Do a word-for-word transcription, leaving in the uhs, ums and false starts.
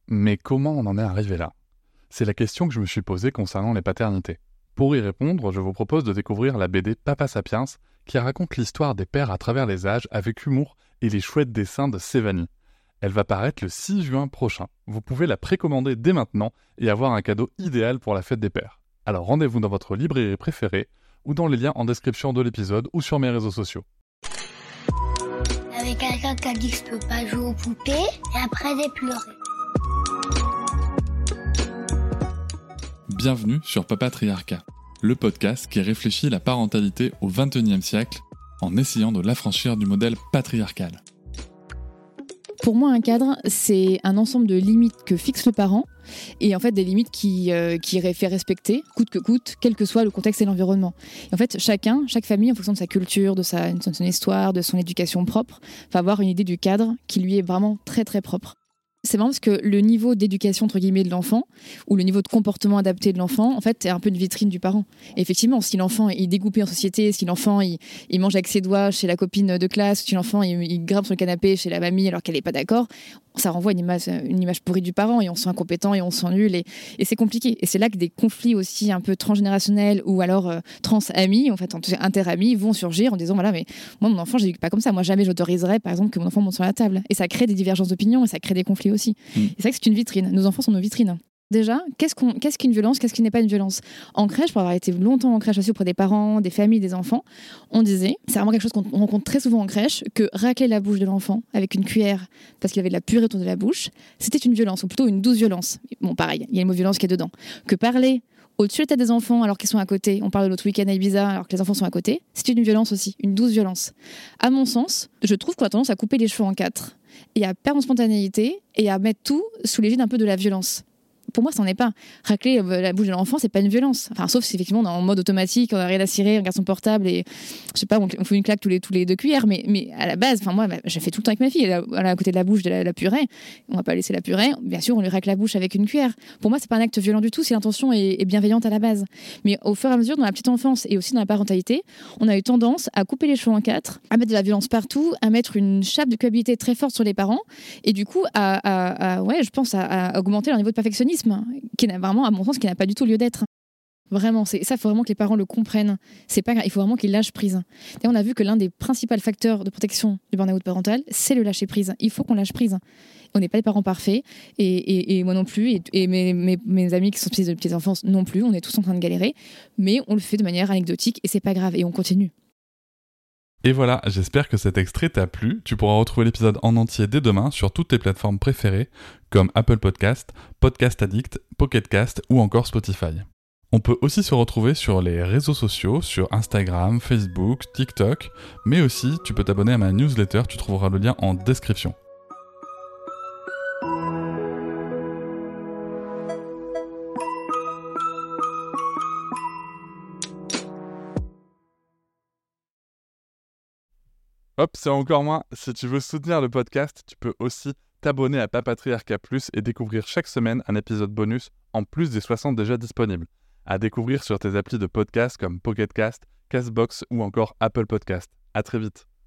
Mais comment on en est arrivé là ? C'est la question que je me suis posée concernant les paternités. Pour y répondre, je vous propose de découvrir la B D Papa Sapiens, qui raconte l'histoire des pères à travers les âges avec humour et les chouettes dessins de Sévanie. Elle va paraître le six juin prochain. Vous pouvez la précommander dès maintenant et avoir un cadeau idéal pour la fête des pères. Alors rendez-vous dans votre librairie préférée ou dans les liens en description de l'épisode ou sur mes réseaux sociaux. Avec quelqu'un qui a dit que je peux pas jouer aux poupées et après j'ai pleuré. Bienvenue sur Papatriarcat, le podcast qui réfléchit la parentalité au vingt et unième siècle en essayant de l'affranchir du modèle patriarcal. Pour moi, un cadre, c'est un ensemble de limites que fixe le parent et en fait des limites qui, euh, qui fait respecter, coûte que coûte, quel que soit le contexte et l'environnement. Et en fait, chacun, chaque famille, en fonction de sa culture, de, sa, de son histoire, de son éducation propre, va avoir une idée du cadre qui lui est vraiment très très propre. C'est marrant parce que le niveau d'éducation entre guillemets de l'enfant ou le niveau de comportement adapté de l'enfant, en fait, est un peu une vitrine du parent. Et effectivement, si l'enfant est dégoupé en société, si l'enfant il, il mange avec ses doigts chez la copine de classe, si l'enfant il, il grimpe sur le canapé chez la mamie alors qu'elle n'est pas d'accord, ça renvoie une image, une image pourrie du parent et on se sent incompétent et on se sent nul et, et c'est compliqué. Et c'est là que des conflits aussi un peu transgénérationnels ou alors euh, trans-amis, en fait, inter-amis, vont surgir en disant voilà, mais moi mon enfant, je n'éduque pas comme ça. Moi jamais j'autoriserais par exemple que mon enfant monte sur la table. Et ça crée des divergences d'opinion et ça crée des conflits aussi. Mmh. Et c'est vrai que c'est une vitrine. Nos enfants sont nos vitrines. Déjà, qu'est-ce, qu'on, qu'est-ce qu'une violence, qu'est-ce qui n'est pas une violence ? En crèche, pour avoir été longtemps en crèche aussi auprès des parents, des familles, des enfants, on disait, c'est vraiment quelque chose qu'on rencontre très souvent en crèche, que racler la bouche de l'enfant avec une cuillère parce qu'il avait de la purée autour de la bouche, c'était une violence, ou plutôt une douce violence. Bon, pareil, il y a le mot violence qui est dedans. Que parler au-dessus de la tête des enfants alors qu'ils sont à côté, on parle de notre week-end à Ibiza alors que les enfants sont à côté, c'est une violence aussi, une douce violence. À mon sens, je trouve qu'on a tendance à couper les cheveux en quatre, et à perdre en spontanéité, et à mettre tout sous l'égide un peu de la violence. Pour moi, ça n'en est pas. Racler la bouche de l'enfant, c'est pas une violence. Enfin, sauf si effectivement on est en mode automatique, on a rien à cirer, on regarde son portable et je sais pas, on fait une claque tous les tous les deux cuillères. Mais mais à la base, enfin moi, je fais tout le temps avec ma fille. Elle est à côté de la bouche de la, la purée. On va pas laisser la purée. Bien sûr, on lui racle la bouche avec une cuillère. Pour moi, c'est pas un acte violent du tout si l'intention est, est bienveillante à la base. Mais au fur et à mesure, dans la petite enfance et aussi dans la parentalité, on a eu tendance à couper les cheveux en quatre, à mettre de la violence partout, à mettre une chape de culpabilité très forte sur les parents et du coup à, à, à ouais, je pense à, à augmenter leur niveau de perfectionnisme, qui n'a vraiment, à mon sens, qui n'a pas du tout lieu d'être. Vraiment, c'est ça, il faut vraiment que les parents le comprennent. C'est pas, il faut vraiment qu'ils lâchent prise. Et on a vu que l'un des principaux facteurs de protection du burn-out parental, c'est le lâcher prise. Il faut qu'on lâche prise. On n'est pas des parents parfaits, et, et, et moi non plus, et, et mes, mes, mes amis qui sont spécialistes de petite enfance non plus. On est tous en train de galérer, mais on le fait de manière anecdotique et c'est pas grave, et on continue. Et voilà, j'espère que cet extrait t'a plu. Tu pourras retrouver l'épisode en entier dès demain sur toutes tes plateformes préférées, comme Apple Podcast, Podcast Addict, Pocket Cast ou encore Spotify. On peut aussi se retrouver sur les réseaux sociaux, sur Instagram, Facebook, TikTok, mais aussi tu peux t'abonner à ma newsletter, tu trouveras le lien en description. Hop, c'est encore moins. Si tu veux soutenir le podcast, tu peux aussi t'abonner à Papatriarcat Plus et découvrir chaque semaine un épisode bonus en plus des soixante déjà disponibles. À découvrir sur tes applis de podcast comme Pocket Cast, Castbox ou encore Apple Podcast. À très vite.